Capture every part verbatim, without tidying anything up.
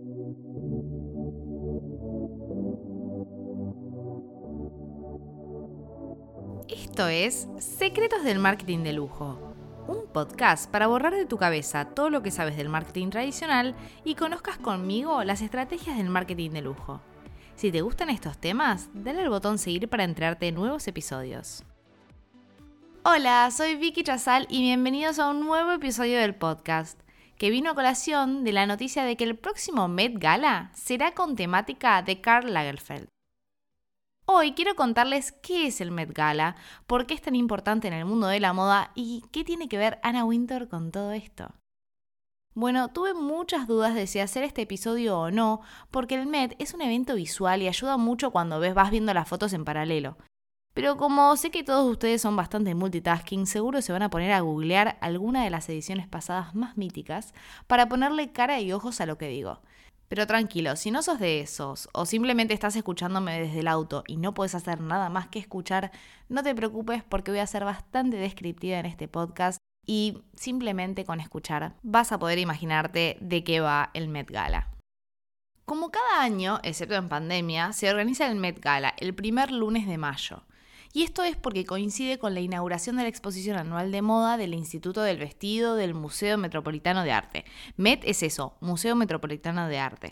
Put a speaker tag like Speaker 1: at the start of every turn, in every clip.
Speaker 1: Esto es Secretos del Marketing de Lujo, un podcast para borrar de tu cabeza todo lo que sabes del marketing tradicional y conozcas conmigo las estrategias del marketing de lujo. Si te gustan estos temas, dale al botón seguir para enterarte de nuevos episodios. Hola, soy Vicky Chazal y bienvenidos a un nuevo episodio del podcast, que vino a colación de la noticia de que el próximo Met Gala será con temática de Karl Lagerfeld. Hoy quiero contarles qué es el Met Gala, por qué es tan importante en el mundo de la moda y qué tiene que ver Anna Wintour con todo esto. Bueno, tuve muchas dudas de si hacer este episodio o no, porque el Met es un evento visual y ayuda mucho cuando ves, vas viendo las fotos en paralelo. Pero como sé que todos ustedes son bastante multitasking, seguro se van a poner a googlear alguna de las ediciones pasadas más míticas para ponerle cara y ojos a lo que digo. Pero tranquilo, si no sos de esos o simplemente estás escuchándome desde el auto y no puedes hacer nada más que escuchar, no te preocupes porque voy a ser bastante descriptiva en este podcast y simplemente con escuchar vas a poder imaginarte de qué va el Met Gala. Como cada año, excepto en pandemia, se organiza el Met Gala el primer lunes de mayo. Y esto es porque coincide con la inauguración de la exposición anual de moda del Instituto del Vestido del Museo Metropolitano de Arte. Met es eso, Museo Metropolitano de Arte.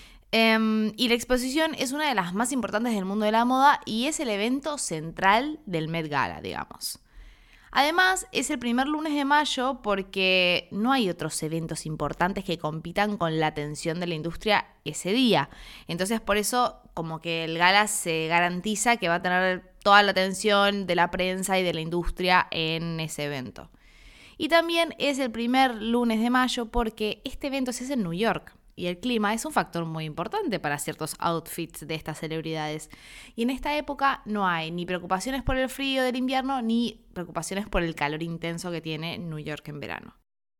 Speaker 1: Um, y la exposición es una de las más importantes del mundo de la moda y es el evento central del Met Gala, digamos. Además, es el primer lunes de mayo porque no hay otros eventos importantes que compitan con la atención de la industria ese día. Entonces, por eso, como que el gala se garantiza que va a tener toda la atención de la prensa y de la industria en ese evento. Y también es el primer lunes de mayo porque este evento se hace en New York. Y el clima es un factor muy importante para ciertos outfits de estas celebridades. Y en esta época no hay ni preocupaciones por el frío del invierno ni preocupaciones por el calor intenso que tiene New York en verano.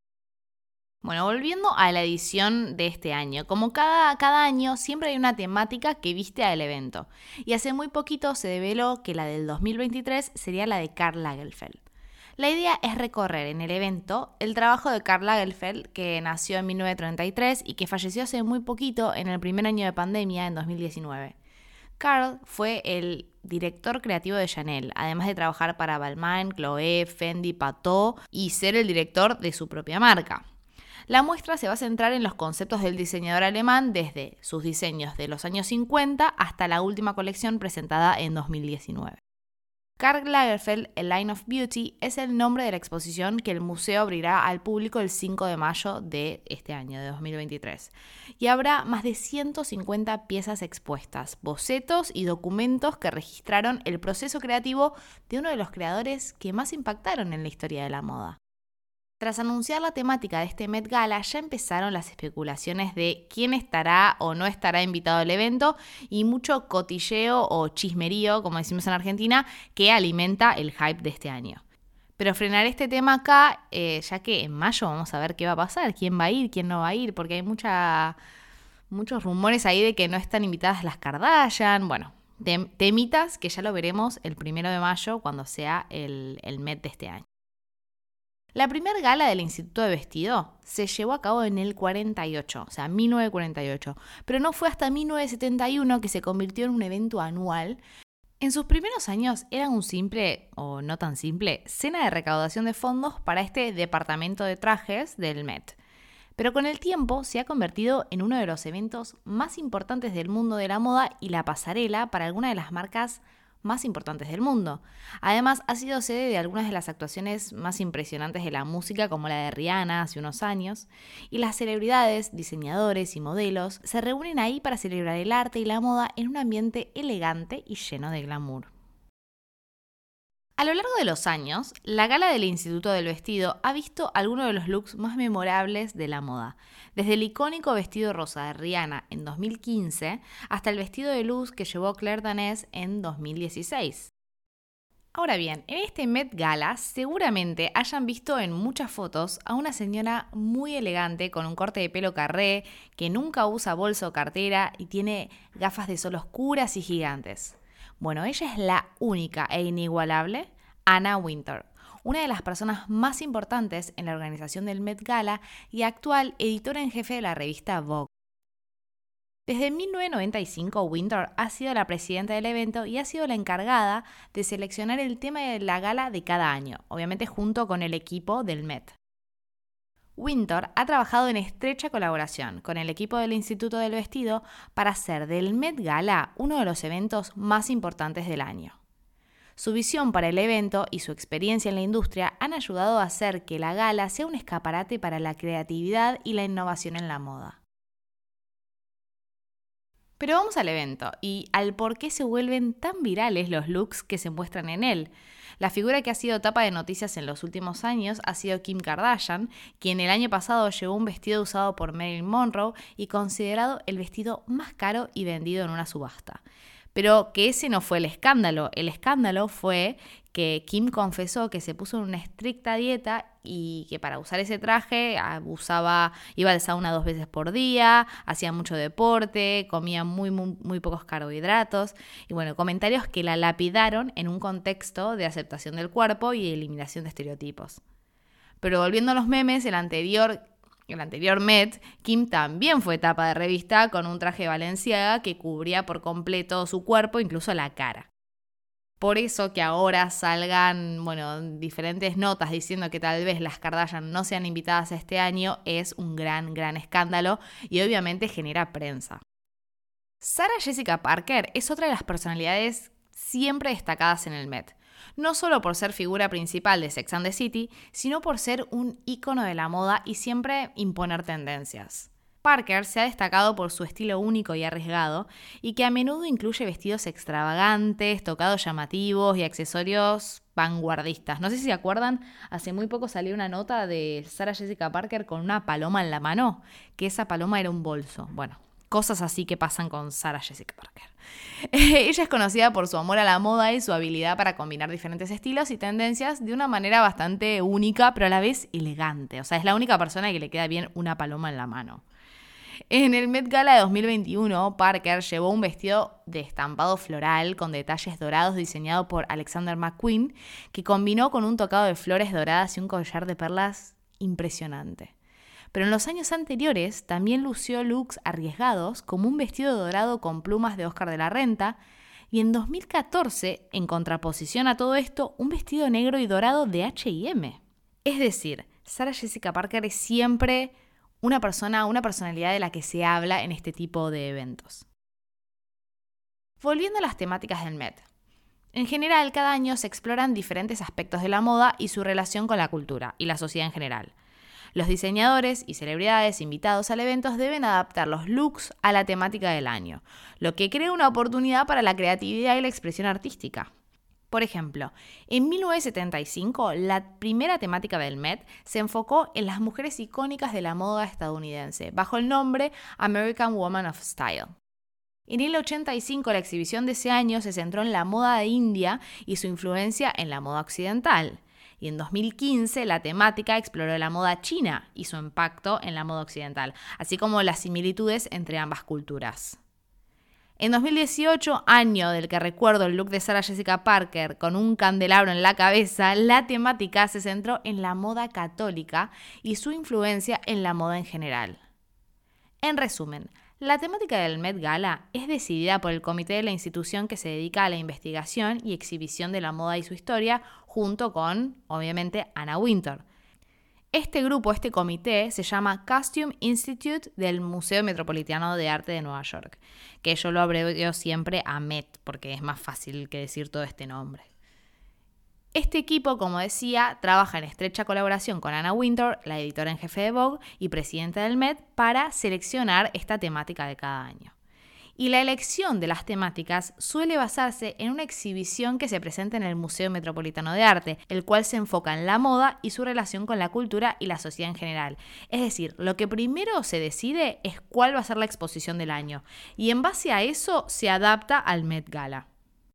Speaker 1: Bueno, volviendo a la edición de este año, como cada, cada año siempre hay una temática que viste al evento. Y hace muy poquito se develó que la del dos mil veintitrés sería la de Karl Lagerfeld. La idea es recorrer en el evento el trabajo de Karl Lagerfeld, que nació en mil novecientos treinta y tres y que falleció hace muy poquito en el primer año de pandemia, en dos mil diecinueve. Karl fue el director creativo de Chanel, además de trabajar para Balmain, Chloé, Fendi, Pateau y ser el director de su propia marca. La muestra se va a centrar en los conceptos del diseñador alemán desde sus diseños de los años cincuenta hasta la última colección presentada en dos mil diecinueve. Karl Lagerfeld, A Line of Beauty, es el nombre de la exposición que el museo abrirá al público el cinco de mayo de este año, de dos mil veintitrés. Y habrá más de ciento cincuenta piezas expuestas, bocetos y documentos que registraron el proceso creativo de uno de los creadores que más impactaron en la historia de la moda. Tras anunciar la temática de este Met Gala, ya empezaron las especulaciones de quién estará o no estará invitado al evento y mucho cotilleo o chismerío, como decimos en Argentina, que alimenta el hype de este año. Pero frenaré este tema acá, eh, ya que en mayo vamos a ver qué va a pasar, quién va a ir, quién no va a ir, porque hay mucha, muchos rumores ahí de que no están invitadas las Kardashian, bueno, tem- temitas que ya lo veremos el primero de mayo cuando sea el, el Met de este año. La primera gala del Instituto de Vestido se llevó a cabo en el cuarenta y ocho, o sea, mil novecientos cuarenta y ocho, pero no fue hasta mil novecientos setenta y uno que se convirtió en un evento anual. En sus primeros años era un simple, o no tan simple, cena de recaudación de fondos para este departamento de trajes del Met. Pero con el tiempo se ha convertido en uno de los eventos más importantes del mundo de la moda y la pasarela para algunas de las marcas más importantes del mundo. Además, ha sido sede de algunas de las actuaciones más impresionantes de la música, como la de Rihanna hace unos años, y las celebridades, diseñadores y modelos se reúnen ahí para celebrar el arte y la moda en un ambiente elegante y lleno de glamour. A lo largo de los años, la gala del Instituto del Vestido ha visto algunos de los looks más memorables de la moda, desde el icónico vestido rosa de Rihanna en dos mil quince hasta el vestido de luz que llevó Claire Danes en dos mil dieciséis. Ahora bien, en este Met Gala seguramente hayan visto en muchas fotos a una señora muy elegante con un corte de pelo carré, que nunca usa bolso o cartera y tiene gafas de sol oscuras y gigantes. Bueno, ella es la única e inigualable Anna Wintour, una de las personas más importantes en la organización del Met Gala y actual editora en jefe de la revista Vogue. Desde mil novecientos noventa y cinco, Wintour ha sido la presidenta del evento y ha sido la encargada de seleccionar el tema de la gala de cada año, obviamente junto con el equipo del Met. Wintour ha trabajado en estrecha colaboración con el equipo del Instituto del Vestido para hacer del Met Gala uno de los eventos más importantes del año. Su visión para el evento y su experiencia en la industria han ayudado a hacer que la gala sea un escaparate para la creatividad y la innovación en la moda. Pero vamos al evento y al por qué se vuelven tan virales los looks que se muestran en él. La figura que ha sido tapa de noticias en los últimos años ha sido Kim Kardashian, quien el año pasado llevó un vestido usado por Marilyn Monroe y considerado el vestido más caro y vendido en una subasta. Pero que ese no fue el escándalo. El escándalo fue que Kim confesó que se puso en una estricta dieta y que para usar ese traje abusaba, iba al sauna dos veces por día, hacía mucho deporte, comía muy, muy, muy pocos carbohidratos. Y bueno, comentarios que la lapidaron en un contexto de aceptación del cuerpo y eliminación de estereotipos. Pero volviendo a los memes, el anterior... El anterior Met, Kim también fue tapa de revista con un traje Balenciaga que cubría por completo su cuerpo, incluso la cara. Por eso que ahora salgan, bueno, diferentes notas diciendo que tal vez las Kardashian no sean invitadas este año es un gran, gran escándalo y obviamente genera prensa. Sarah Jessica Parker es otra de las personalidades siempre destacadas en el Met. No solo por ser figura principal de Sex and the City, sino por ser un ícono de la moda y siempre imponer tendencias. Parker se ha destacado por su estilo único y arriesgado, y que a menudo incluye vestidos extravagantes, tocados llamativos y accesorios vanguardistas. No sé si se acuerdan, hace muy poco salió una nota de Sarah Jessica Parker con una paloma en la mano, que esa paloma era un bolso. Bueno, cosas así que pasan con Sarah Jessica Parker. Ella es conocida por su amor a la moda y su habilidad para combinar diferentes estilos y tendencias de una manera bastante única, pero a la vez elegante. O sea, es la única persona que le queda bien una paloma en la mano. En el Met Gala de dos mil veintiuno, Parker llevó un vestido de estampado floral con detalles dorados diseñado por Alexander McQueen, que combinó con un tocado de flores doradas y un collar de perlas impresionante. Pero en los años anteriores también lució looks arriesgados como un vestido dorado con plumas de Oscar de la Renta y en dos mil catorce, en contraposición a todo esto, un vestido negro y dorado de H y M. Es decir, Sarah Jessica Parker es siempre una persona, una personalidad de la que se habla en este tipo de eventos. Volviendo a las temáticas del Met. En general, cada año se exploran diferentes aspectos de la moda y su relación con la cultura y la sociedad en general. Los diseñadores y celebridades invitados al evento deben adaptar los looks a la temática del año, lo que crea una oportunidad para la creatividad y la expresión artística. Por ejemplo, en mil novecientos setenta y cinco, la primera temática del Met se enfocó en las mujeres icónicas de la moda estadounidense, bajo el nombre American Woman of Style. En el ochenta y cinco, la exhibición de ese año se centró en la moda de India y su influencia en la moda occidental. Y en dos mil quince, la temática exploró la moda china y su impacto en la moda occidental, así como las similitudes entre ambas culturas. En dos mil dieciocho, año del que recuerdo el look de Sarah Jessica Parker con un candelabro en la cabeza, la temática se centró en la moda católica y su influencia en la moda en general. En resumen, la temática del Met Gala es decidida por el comité de la institución que se dedica a la investigación y exhibición de la moda y su historia, junto con, obviamente, Anna Wintour. Este grupo, este comité, se llama Costume Institute del Museo Metropolitano de Arte de Nueva York, que yo lo abrevio siempre a Met, porque es más fácil que decir todo este nombre. Este equipo, como decía, trabaja en estrecha colaboración con Anna Wintour, la editora en jefe de Vogue y presidenta del Met, para seleccionar esta temática de cada año. Y la elección de las temáticas suele basarse en una exhibición que se presenta en el Museo Metropolitano de Arte, el cual se enfoca en la moda y su relación con la cultura y la sociedad en general. Es decir, lo que primero se decide es cuál va a ser la exposición del año, y en base a eso se adapta al Met Gala.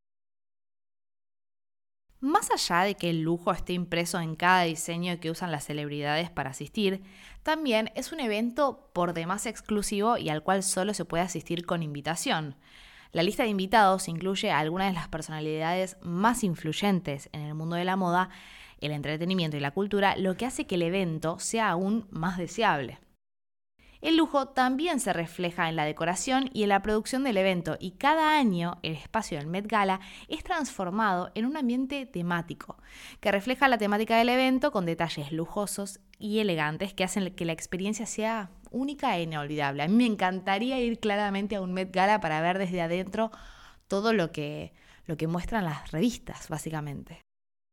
Speaker 1: Más allá de que el lujo esté impreso en cada diseño que usan las celebridades para asistir, también es un evento por demás exclusivo y al cual solo se puede asistir con invitación. La lista de invitados incluye a algunas de las personalidades más influyentes en el mundo de la moda, el entretenimiento y la cultura, lo que hace que el evento sea aún más deseable. El lujo también se refleja en la decoración y en la producción del evento, y cada año el espacio del Met Gala es transformado en un ambiente temático, que refleja la temática del evento con detalles lujosos y elegantes que hacen que la experiencia sea única e inolvidable. A mí me encantaría ir claramente a un Met Gala para ver desde adentro todo lo que, lo que muestran las revistas, básicamente.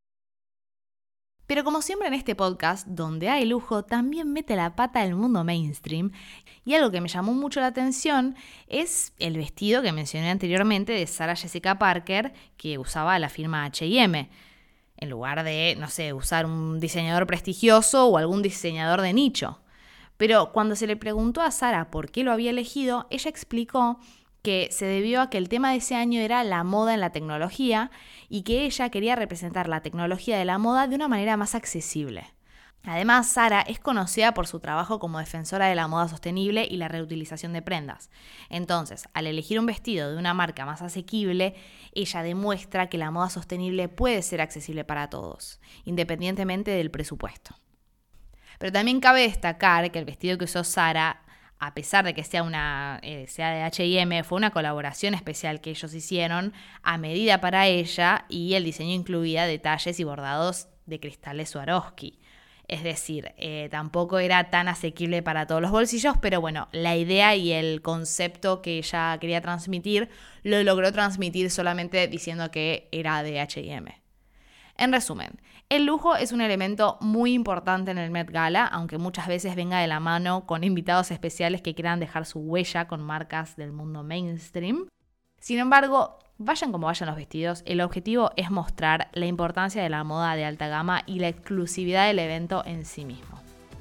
Speaker 1: Pero como siempre en este podcast, donde hay lujo, también mete la pata el mundo mainstream, y algo que me llamó mucho la atención es el vestido que mencioné anteriormente de Sarah Jessica Parker, que usaba la firma H y M, en lugar de, no sé, usar un diseñador prestigioso o algún diseñador de nicho. Pero cuando se le preguntó a Sarah por qué lo había elegido, ella explicó que se debió a que el tema de ese año era la moda en la tecnología y que ella quería representar la tecnología de la moda de una manera más accesible. Además, Sarah es conocida por su trabajo como defensora de la moda sostenible y la reutilización de prendas. Entonces, al elegir un vestido de una marca más asequible, ella demuestra que la moda sostenible puede ser accesible para todos, independientemente del presupuesto. Pero también cabe destacar que el vestido que usó Sarah, a pesar de que sea, una, eh, sea de H y M, fue una colaboración especial que ellos hicieron a medida para ella, y el diseño incluía detalles y bordados de cristales Swarovski. Es decir, eh, tampoco era tan asequible para todos los bolsillos, pero bueno, la idea y el concepto que ella quería transmitir lo logró transmitir solamente diciendo que era de H y M. En resumen, el lujo es un elemento muy importante en el Met Gala, aunque muchas veces venga de la mano con invitados especiales que quieran dejar su huella con marcas del mundo mainstream. Sin embargo, vayan como vayan los vestidos, el objetivo es mostrar la importancia de la moda de alta gama y la exclusividad del evento en sí mismo.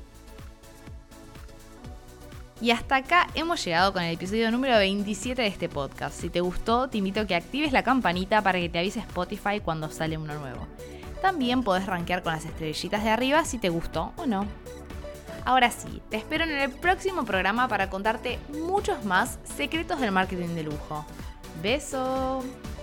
Speaker 1: Y hasta acá hemos llegado con el episodio número veintisiete de este podcast. Si te gustó, te invito a que actives la campanita para que te avise Spotify cuando sale uno nuevo. También podés rankear con las estrellitas de arriba si te gustó o no. Ahora sí, te espero en el próximo programa para contarte muchos más secretos del marketing de lujo. ¡Beso!